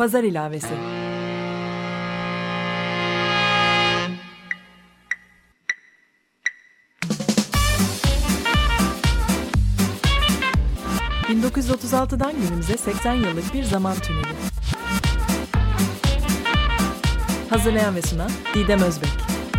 Pazar ilavesi. ...1936'dan günümüze 80 yıllık bir zaman tüneli. Hazırlayan ve sunan Didem Özbek.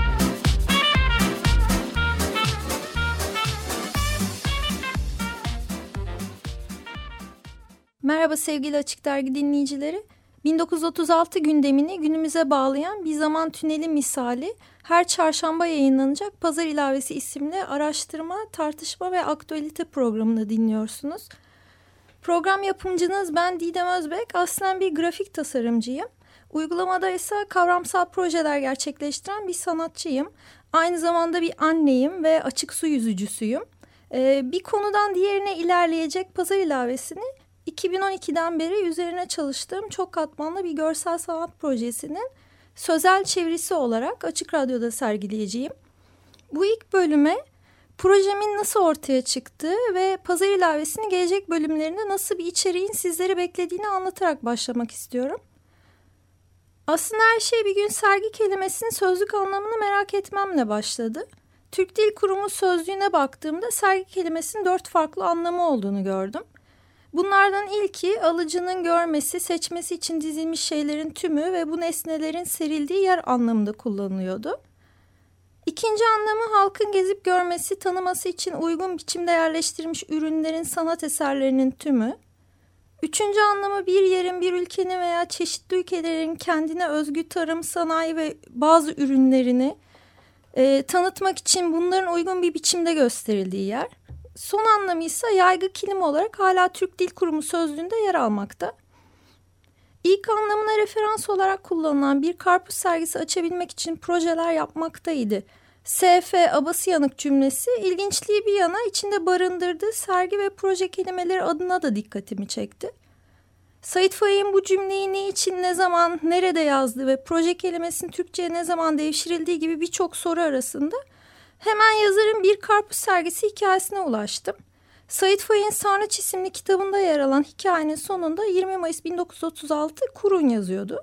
Merhaba sevgili Açık Dergi dinleyicileri. 1936 gündemini günümüze bağlayan bir zaman tüneli misali her çarşamba yayınlanacak Pazar İlavesi isimli araştırma, tartışma ve aktüelite programını dinliyorsunuz. Program yapımcınız ben Didem Özbek. Aslen bir grafik tasarımcıyım. Uygulamada ise kavramsal projeler gerçekleştiren bir sanatçıyım. Aynı zamanda bir anneyim ve açık su yüzücüsüyüm. Bir konudan diğerine ilerleyecek Pazar İlavesi'ni 2012'den beri üzerine çalıştığım çok katmanlı bir görsel sanat projesinin sözel çevirisi olarak Açık Radyo'da sergileyeceğim. Bu ilk bölüme projemin nasıl ortaya çıktığı ve Pazar İlavesi'nin gelecek bölümlerinde nasıl bir içeriğin sizleri beklediğini anlatarak başlamak istiyorum. Aslında her şey bir gün sergi kelimesinin sözlük anlamını merak etmemle başladı. Türk Dil Kurumu sözlüğüne baktığımda sergi kelimesinin 4 farklı anlamı olduğunu gördüm. Bunlardan ilki alıcının görmesi, seçmesi için dizilmiş şeylerin tümü ve bu nesnelerin serildiği yer anlamında kullanılıyordu. İkinci anlamı halkın gezip görmesi, tanıması için uygun biçimde yerleştirilmiş ürünlerin, sanat eserlerinin tümü. Üçüncü anlamı bir yerin, bir ülkenin veya çeşitli ülkelerin kendine özgü tarım, sanayi ve bazı ürünlerini tanıtmak için bunların uygun bir biçimde gösterildiği yer. Son anlamı ise yaygı kelime olarak hala Türk Dil Kurumu sözlüğünde yer almakta. İlk anlamına referans olarak kullanılan bir karpuz sergisi açabilmek için projeler yapmaktaydı. S.F. Abasıyanık cümlesi ilginçliği bir yana içinde barındırdığı sergi ve proje kelimeleri adına da dikkatimi çekti. Sait Faik'in bu cümleyi ne için, ne zaman, nerede yazdığı ve proje kelimesinin Türkçe'ye ne zaman devşirildiği gibi birçok soru arasında hemen yazarın bir karpuz sergisi hikayesine ulaştım. Sait Faik'in Sarnıç isimli kitabında yer alan hikayenin sonunda 20 Mayıs 1936 Kurun yazıyordu.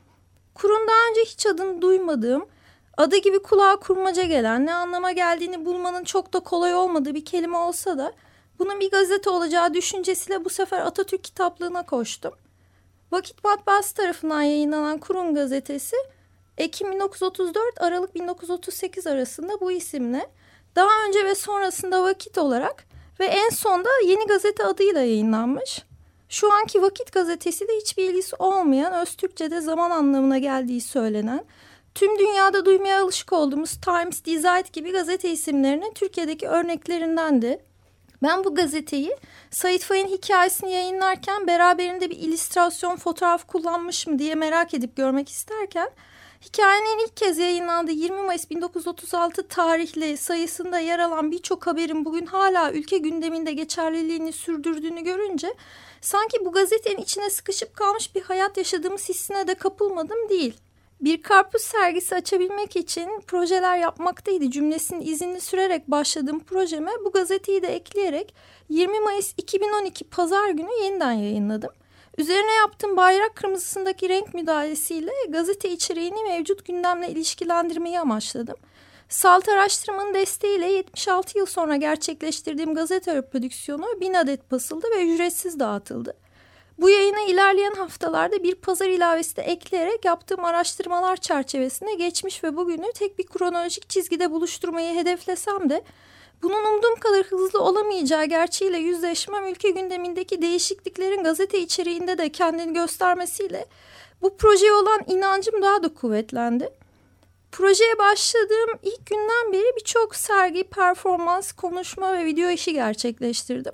Kurun daha önce hiç adını duymadığım, adı gibi kulağa kurmaca gelen, ne anlama geldiğini bulmanın çok da kolay olmadığı bir kelime olsa da bunun bir gazete olacağı düşüncesiyle bu sefer Atatürk kitaplığına koştum. Vakit Matbaası tarafından yayınlanan Kurun gazetesi Ekim 1934, Aralık 1938 arasında bu isimle, daha önce ve sonrasında Vakit olarak ve en sonda Yeni Gazete adıyla yayınlanmış. Şu anki Vakit gazetesiyle hiçbir ilgisi olmayan, Öztürkçe'de zaman anlamına geldiği söylenen, tüm dünyada duymaya alışık olduğumuz Times, Die Zeit gibi gazete isimlerinin Türkiye'deki örneklerindendi. Ben bu gazeteyi Sait Faik'in hikayesini yayınlarken beraberinde bir illüstrasyon fotoğraf kullanmış mı diye merak edip görmek isterken, hikayenin ilk kez yayınlandığı 20 Mayıs 1936 tarihli sayısında yer alan birçok haberin bugün hala ülke gündeminde geçerliliğini sürdürdüğünü görünce sanki bu gazetenin içine sıkışıp kalmış bir hayat yaşadığımız hissine de kapılmadım değil. Bir karpuz sergisi açabilmek için projeler yapmaktaydı cümlesinin izini sürerek başladığım projeme bu gazeteyi de ekleyerek 20 Mayıs 2012 Pazar günü yeniden yayınladım. Üzerine yaptığım bayrak kırmızısındaki renk müdahalesiyle gazete içeriğini mevcut gündemle ilişkilendirmeyi amaçladım. Salt Araştırma'nın desteğiyle 76 yıl sonra gerçekleştirdiğim gazete reprodüksiyonu 1000 adet basıldı ve ücretsiz dağıtıldı. Bu yayına ilerleyen haftalarda bir pazar ilavesi de ekleyerek yaptığım araştırmalar çerçevesinde geçmiş ve bugünü tek bir kronolojik çizgide buluşturmayı hedeflesem de bunun umduğum kadar hızlı olamayacağı gerçeğiyle yüzleşmem ülke gündemindeki değişikliklerin gazete içeriğinde de kendini göstermesiyle bu projeye olan inancım daha da kuvvetlendi. Projeye başladığım ilk günden beri birçok sergi, performans, konuşma ve video işi gerçekleştirdim.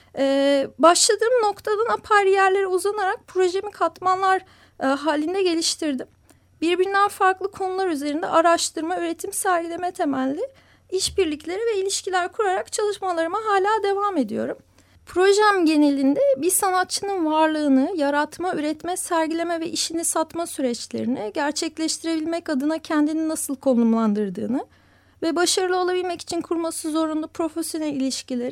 Başladığım noktadan apayrı yerlere uzanarak projemi katmanlar halinde geliştirdim. Birbirinden farklı konular üzerinde araştırma, üretim, sergileme temelli işbirlikleri ve ilişkiler kurarak çalışmalarıma hala devam ediyorum. Projem genelinde bir sanatçının varlığını, yaratma, üretme, sergileme ve işini satma süreçlerini gerçekleştirebilmek adına kendini nasıl konumlandırdığını ve başarılı olabilmek için kurması zorunlu profesyonel ilişkileri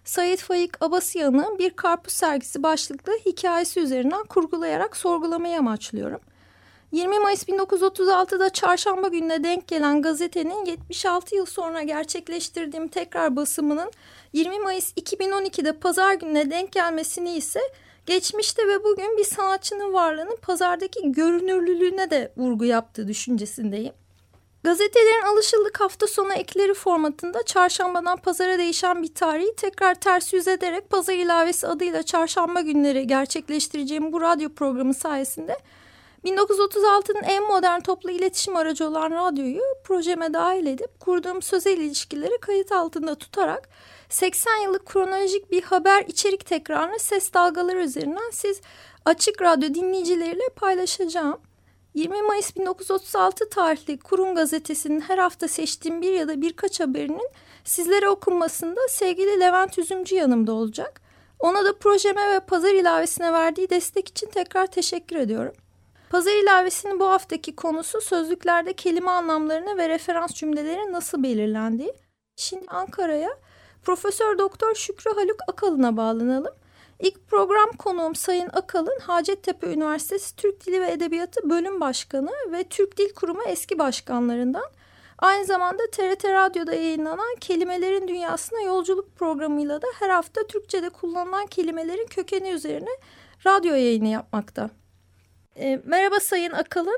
Sait Faik Abasıyan'ın Bir Karpuz Sergisi başlıklı hikayesi üzerinden kurgulayarak sorgulamayı amaçlıyorum. 20 Mayıs 1936'da çarşamba gününe denk gelen gazetenin 76 yıl sonra gerçekleştirdiğim tekrar basımının 20 Mayıs 2012'de pazar gününe denk gelmesini ise geçmişte ve bugün bir sanatçının varlığının pazardaki görünürlülüğüne de vurgu yaptığı düşüncesindeyim. Gazetelerin alışıldık hafta sonu ekleri formatında çarşambadan pazara değişen bir tarihi tekrar ters yüz ederek pazar ilavesi adıyla çarşamba günleri gerçekleştireceğim bu radyo programı sayesinde 1936'nın en modern toplu iletişim aracı olan radyoyu projeme dahil edip kurduğum sözel ilişkileri kayıt altında tutarak 80 yıllık kronolojik bir haber içerik tekrarını ses dalgaları üzerinden siz Açık Radyo dinleyicileriyle paylaşacağım. 20 Mayıs 1936 tarihli Kurum Gazetesi'nin her hafta seçtiğim bir ya da birkaç haberinin sizlere okunmasında sevgili Levent Üzümcü yanımda olacak. Ona da projeme ve pazar ilavesine verdiği destek için tekrar teşekkür ediyorum. Pazar ilavesinin bu haftaki konusu sözlüklerde kelime anlamlarını ve referans cümleleri nasıl belirlendiği. Şimdi Ankara'ya Profesör Doktor Şükrü Haluk Akalın'a bağlanalım. İlk program konuğum Sayın Akalın, Hacettepe Üniversitesi Türk Dili ve Edebiyatı Bölüm Başkanı ve Türk Dil Kurumu eski başkanlarından. Aynı zamanda TRT Radyo'da yayınlanan Kelimelerin Dünyasına Yolculuk programıyla da her hafta Türkçe'de kullanılan kelimelerin kökeni üzerine radyo yayını yapmakta. Merhaba Sayın Akalın.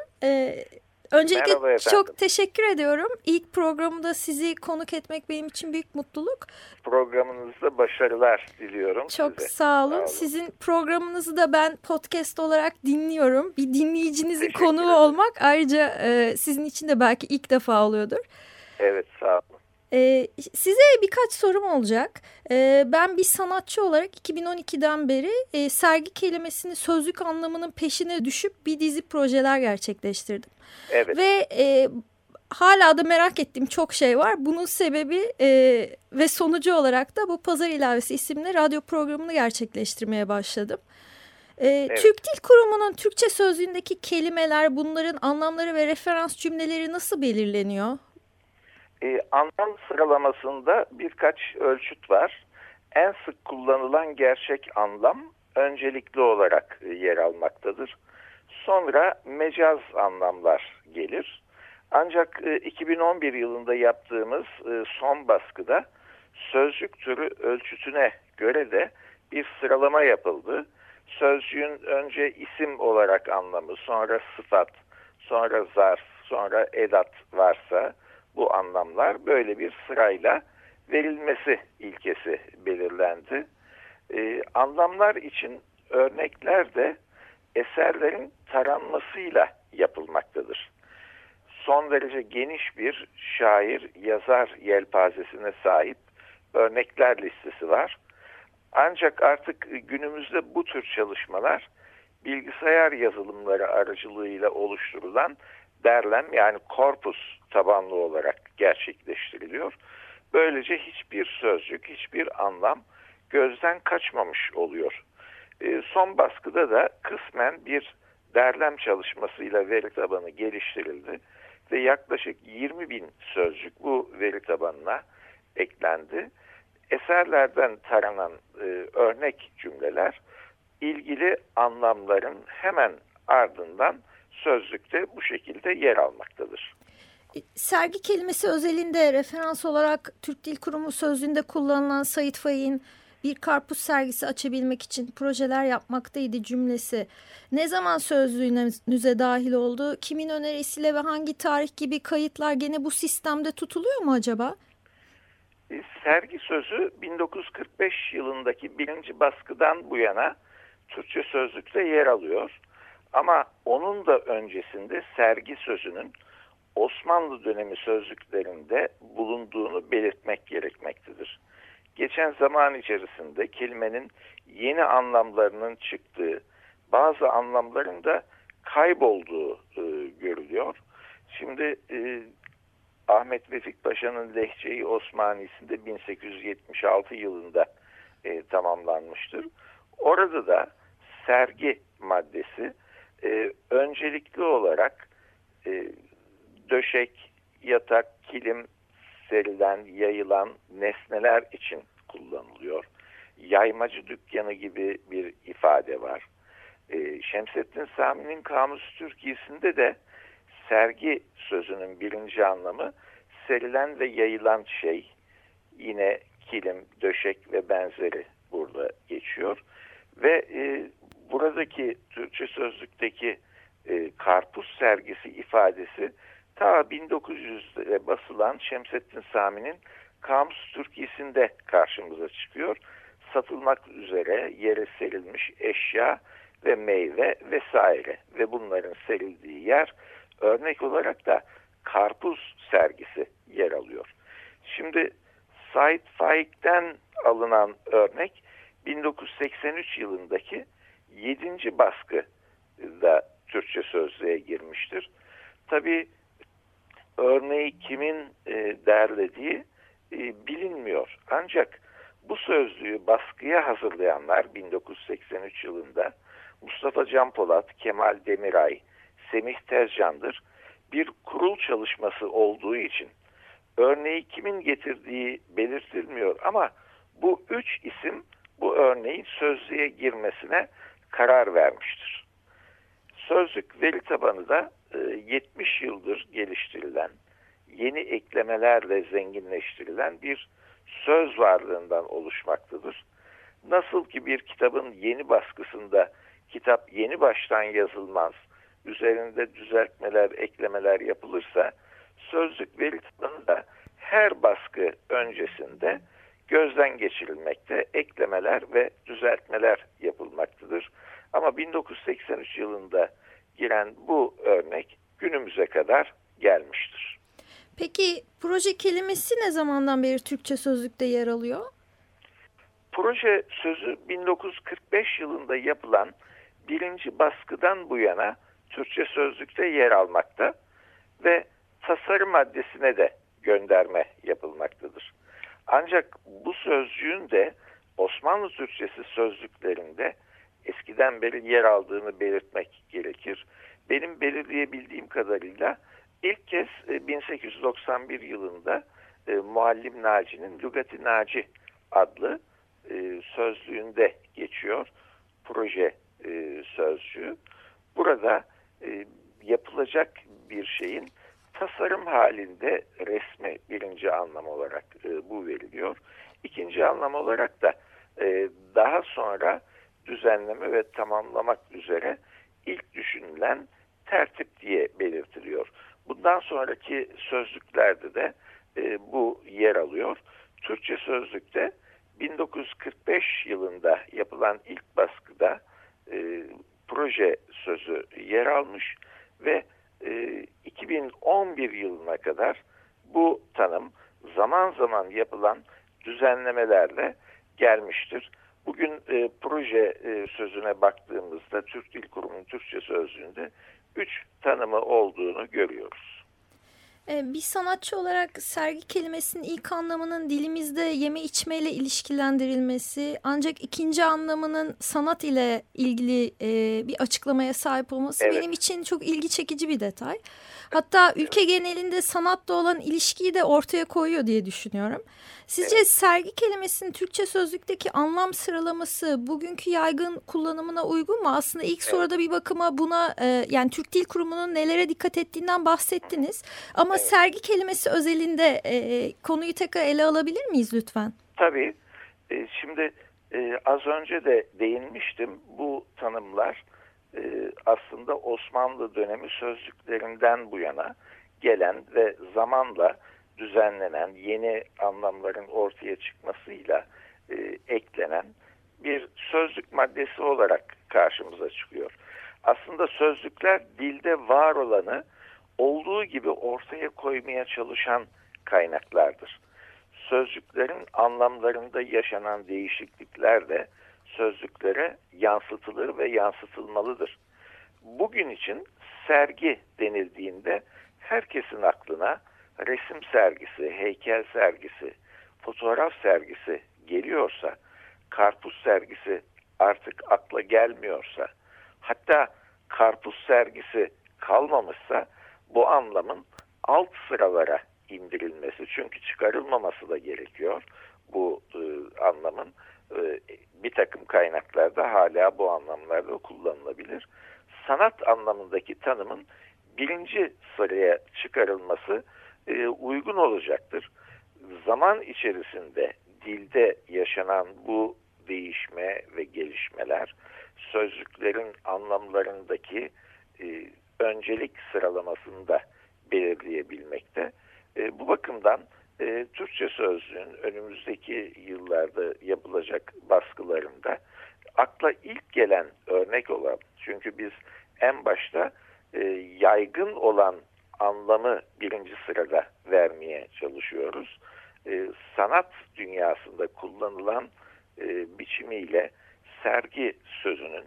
Öncelikle çok teşekkür ediyorum. İlk programda sizi konuk etmek benim için büyük mutluluk. Programınızda başarılar diliyorum. Çok size. sağ olun. Sizin programınızı da ben podcast olarak dinliyorum. Bir dinleyicinizin konuğu olmak ayrıca sizin için de belki ilk defa oluyordur. Evet, sağ olun. Size birkaç sorum olacak. Ben bir sanatçı olarak 2012'den beri sergi kelimesini sözlük anlamının peşine düşüp bir dizi projeler gerçekleştirdim. Evet. Ve hala da merak ettiğim çok şey var. Bunun sebebi ve sonucu olarak da bu Pazar İlavesi isimli radyo programını gerçekleştirmeye başladım. Evet. Türk Dil Kurumu'nun Türkçe sözlüğündeki kelimeler, bunların anlamları ve referans cümleleri nasıl belirleniyor? Anlam sıralamasında birkaç ölçüt var. En sık kullanılan gerçek anlam öncelikli olarak yer almaktadır. Sonra mecaz anlamlar gelir. Ancak 2011 yılında yaptığımız son baskıda sözcük türü ölçütüne göre de bir sıralama yapıldı. Sözcüğün önce isim olarak anlamı, sonra sıfat, sonra zarf, sonra edat varsa bu anlamlar böyle bir sırayla verilmesi ilkesi belirlendi. Anlamlar için örnekler de eserlerin taranmasıyla yapılmaktadır. Son derece geniş bir şair, yazar yelpazesine sahip örnekler listesi var. Ancak artık günümüzde bu tür çalışmalar bilgisayar yazılımları aracılığıyla oluşturulan derlem, yani korpus tabanlı olarak gerçekleştiriliyor. Böylece hiçbir sözcük, hiçbir anlam gözden kaçmamış oluyor. Son baskıda da kısmen bir derlem çalışmasıyla veri tabanı geliştirildi ve yaklaşık 20.000 sözcük bu veri tabanına eklendi. Eserlerden taranan örnek cümleler ilgili anlamların hemen ardından sözlükte bu şekilde yer almaktadır. Sergi kelimesi özelinde referans olarak Türk Dil Kurumu sözlüğünde kullanılan Sait Faik'in Bir Karpuz Sergisi açabilmek için projeler yapmaktaydı cümlesi ne zaman sözlüğünüze dahil oldu? Kimin önerisiyle ve hangi tarih gibi kayıtlar gene bu sistemde tutuluyor mu acaba? Sergi sözü 1945 yılındaki birinci baskıdan bu yana Türkçe sözlükte yer alıyor. Ama onun da öncesinde sergi sözünün Osmanlı dönemi sözlüklerinde bulunduğunu belirtmek gerekmektedir. Geçen zaman içerisinde kelimenin yeni anlamlarının çıktığı, bazı anlamların da kaybolduğu görülüyor. Şimdi Ahmet Vefik Paşa'nın Lehçe-i Osmanisi'nde 1876 yılında tamamlanmıştır. Orada da sergi maddesi öncelikli olarak döşek, yatak, kilim serilen, yayılan nesneler için kullanılıyor. yaymacı dükkanı gibi bir ifade var. Şemsettin Sami'nin Kamus Türkiye'sinde de sergi sözünün birinci anlamı serilen ve yayılan şey. Yine kilim, döşek ve benzeri burada geçiyor. Ve buradaki Türkçe sözlükteki karpuz sergisi ifadesi ta 1900'de basılan Şemsettin Sami'nin Kamus Türkiye'sinde karşımıza çıkıyor. Satılmak üzere yere serilmiş eşya ve meyve vesaire ve bunların serildiği yer, örnek olarak da karpuz sergisi yer alıyor. Şimdi Said Faik'ten alınan örnek 1983 yılındaki 7. baskıda Türkçe sözlüğe girmiştir. Tabii örneği kimin derlediği bilinmiyor. Ancak bu sözlüğü baskıya hazırlayanlar 1983 yılında Mustafa Can Polat, Kemal Demiray, Semih Tezcan'dır. Bir kurul çalışması olduğu için örneği kimin getirdiği belirtilmiyor ama bu 3 isim bu örneğin sözlüğe girmesine karar vermiştir. Sözlük veri tabanı da 70 yıldır geliştirilen, yeni eklemelerle zenginleştirilen bir söz varlığından oluşmaktadır. Nasıl ki bir kitabın yeni baskısında kitap yeni baştan yazılmaz, üzerinde düzeltmeler, eklemeler yapılırsa, sözlük veri tabanı da her baskı öncesinde gözden geçirilmekte, eklemeler ve düzeltmeler yapılmaktadır. Ama 1983 yılında giren bu örnek günümüze kadar gelmiştir. Peki proje kelimesi ne zamandan beri Türkçe sözlükte yer alıyor? Proje sözü 1945 yılında yapılan 1. baskıdan bu yana Türkçe sözlükte yer almakta ve tasarı maddesine de gönderme yapılmaktadır. Ancak bu sözcüğün de Osmanlı Türkçesi sözlüklerinde eskiden beri yer aldığını belirtmek gerekir. Benim belirleyebildiğim kadarıyla ilk kez 1891 yılında Muallim Naci'nin Lügat-ı Naci adlı sözlüğünde geçiyor proje sözcüğü. Burada yapılacak bir şeyin tasarım halinde resmi birinci anlam olarak bu veriliyor. İkinci anlam olarak da daha sonra düzenleme ve tamamlamak üzere ilk düşünülen tertip diye belirtiliyor. Bundan sonraki sözlüklerde de bu yer alıyor. Türkçe sözlükte 1945 yılında yapılan ilk baskıda proje sözü yer almış ve 2011 yılına kadar bu tanım zaman zaman yapılan düzenlemelerle gelmiştir. Bugün proje sözüne baktığımızda Türk Dil Kurumu'nun Türkçe sözlüğünde 3 tanımı olduğunu görüyoruz. Bir sanatçı olarak sergi kelimesinin ilk anlamının dilimizde yeme içmeyle ilişkilendirilmesi, ancak ikinci anlamının sanat ile ilgili bir açıklamaya sahip olması benim için çok ilgi çekici bir detay. Hatta ülke genelinde sanatla olan ilişkiyi de ortaya koyuyor diye düşünüyorum. Sizce sergi kelimesinin Türkçe sözlükteki anlam sıralaması bugünkü yaygın kullanımına uygun mu? Aslında ilk soruda bir bakıma buna yani Türk Dil Kurumu'nun nelere dikkat ettiğinden bahsettiniz. Ama sergi kelimesi özelinde konuyu tekrar ele alabilir miyiz lütfen? Tabii. Şimdi az önce de değinmiştim. Bu tanımlar aslında Osmanlı dönemi sözlüklerinden bu yana gelen ve zamanla düzenlenen yeni anlamların ortaya çıkmasıyla eklenen bir sözlük maddesi olarak karşımıza çıkıyor. Aslında sözlükler dilde var olanı olduğu gibi ortaya koymaya çalışan kaynaklardır. Sözcüklerin anlamlarında yaşanan değişiklikler de sözlüklere yansıtılır ve yansıtılmalıdır. Bugün için sergi denildiğinde herkesin aklına resim sergisi, heykel sergisi, fotoğraf sergisi geliyorsa, karpuz sergisi artık akla gelmiyorsa, hatta karpuz sergisi kalmamışsa bu anlamın alt sıralara indirilmesi, çünkü çıkarılmaması da gerekiyor bu anlamın bir takım kaynaklarda hala bu anlamlarda kullanılabilir. Sanat anlamındaki tanımın birinci sıraya çıkarılması uygun olacaktır. Zaman içerisinde dilde yaşanan bu değişme ve gelişmeler sözcüklerin anlamlarındaki öncelik sıralamasını da belirleyebilmekte. Bu bakımdan Türkçe sözlüğün önümüzdeki yıllarda yapılacak baskılarında akla ilk gelen örnek olan, çünkü biz en başta yaygın olan anlamı birinci sırada vermeye çalışıyoruz. Sanat dünyasında kullanılan biçimiyle sergi sözünün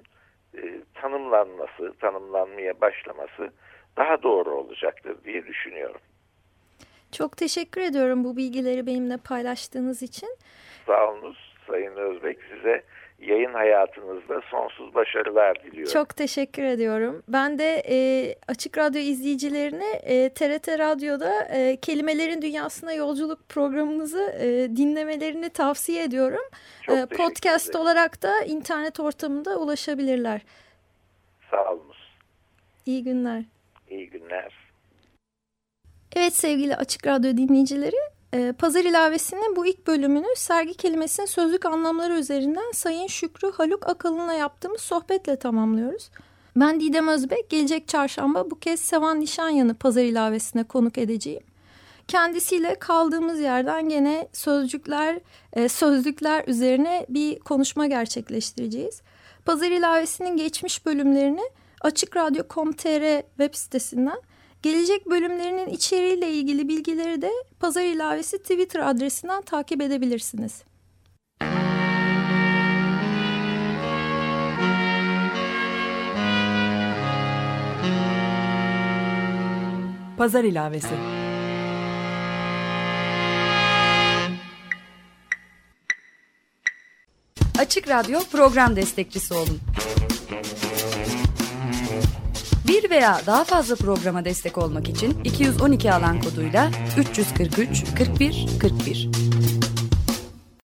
tanımlanmaya başlaması daha doğru olacaktır diye düşünüyorum. Çok teşekkür ediyorum bu bilgileri benimle paylaştığınız için. Sağ olunuz Sayın Özbek, size yayın hayatınızda sonsuz başarılar diliyorum. Çok teşekkür ediyorum. Ben de Açık Radyo izleyicilerine TRT Radyo'da Kelimelerin Dünyasına Yolculuk programınızı dinlemelerini tavsiye ediyorum. Podcast olarak da internet ortamında ulaşabilirler. Sağ olunuz. İyi günler. İyi günler. Evet sevgili Açık Radyo dinleyicileri, Pazar İlavesi'nin bu ilk bölümünü sergi kelimesinin sözlük anlamları üzerinden Sayın Şükrü Haluk Akalın'la yaptığımız sohbetle tamamlıyoruz. Ben Didem Özbek, gelecek çarşamba bu kez Sevan Nişanyan'ı Pazar İlavesi'ne konuk edeceğim. Kendisiyle kaldığımız yerden gene sözlükler üzerine bir konuşma gerçekleştireceğiz. Pazar İlavesi'nin geçmiş bölümlerini açıkradyo.com.tr web sitesinden, gelecek bölümlerinin içeriğiyle ilgili bilgileri de Pazar İlavesi Twitter adresinden takip edebilirsiniz. Pazar İlavesi. Açık Radyo program destekçisi olun. Bir veya daha fazla programa destek olmak için 212 alan koduyla 343 41 41.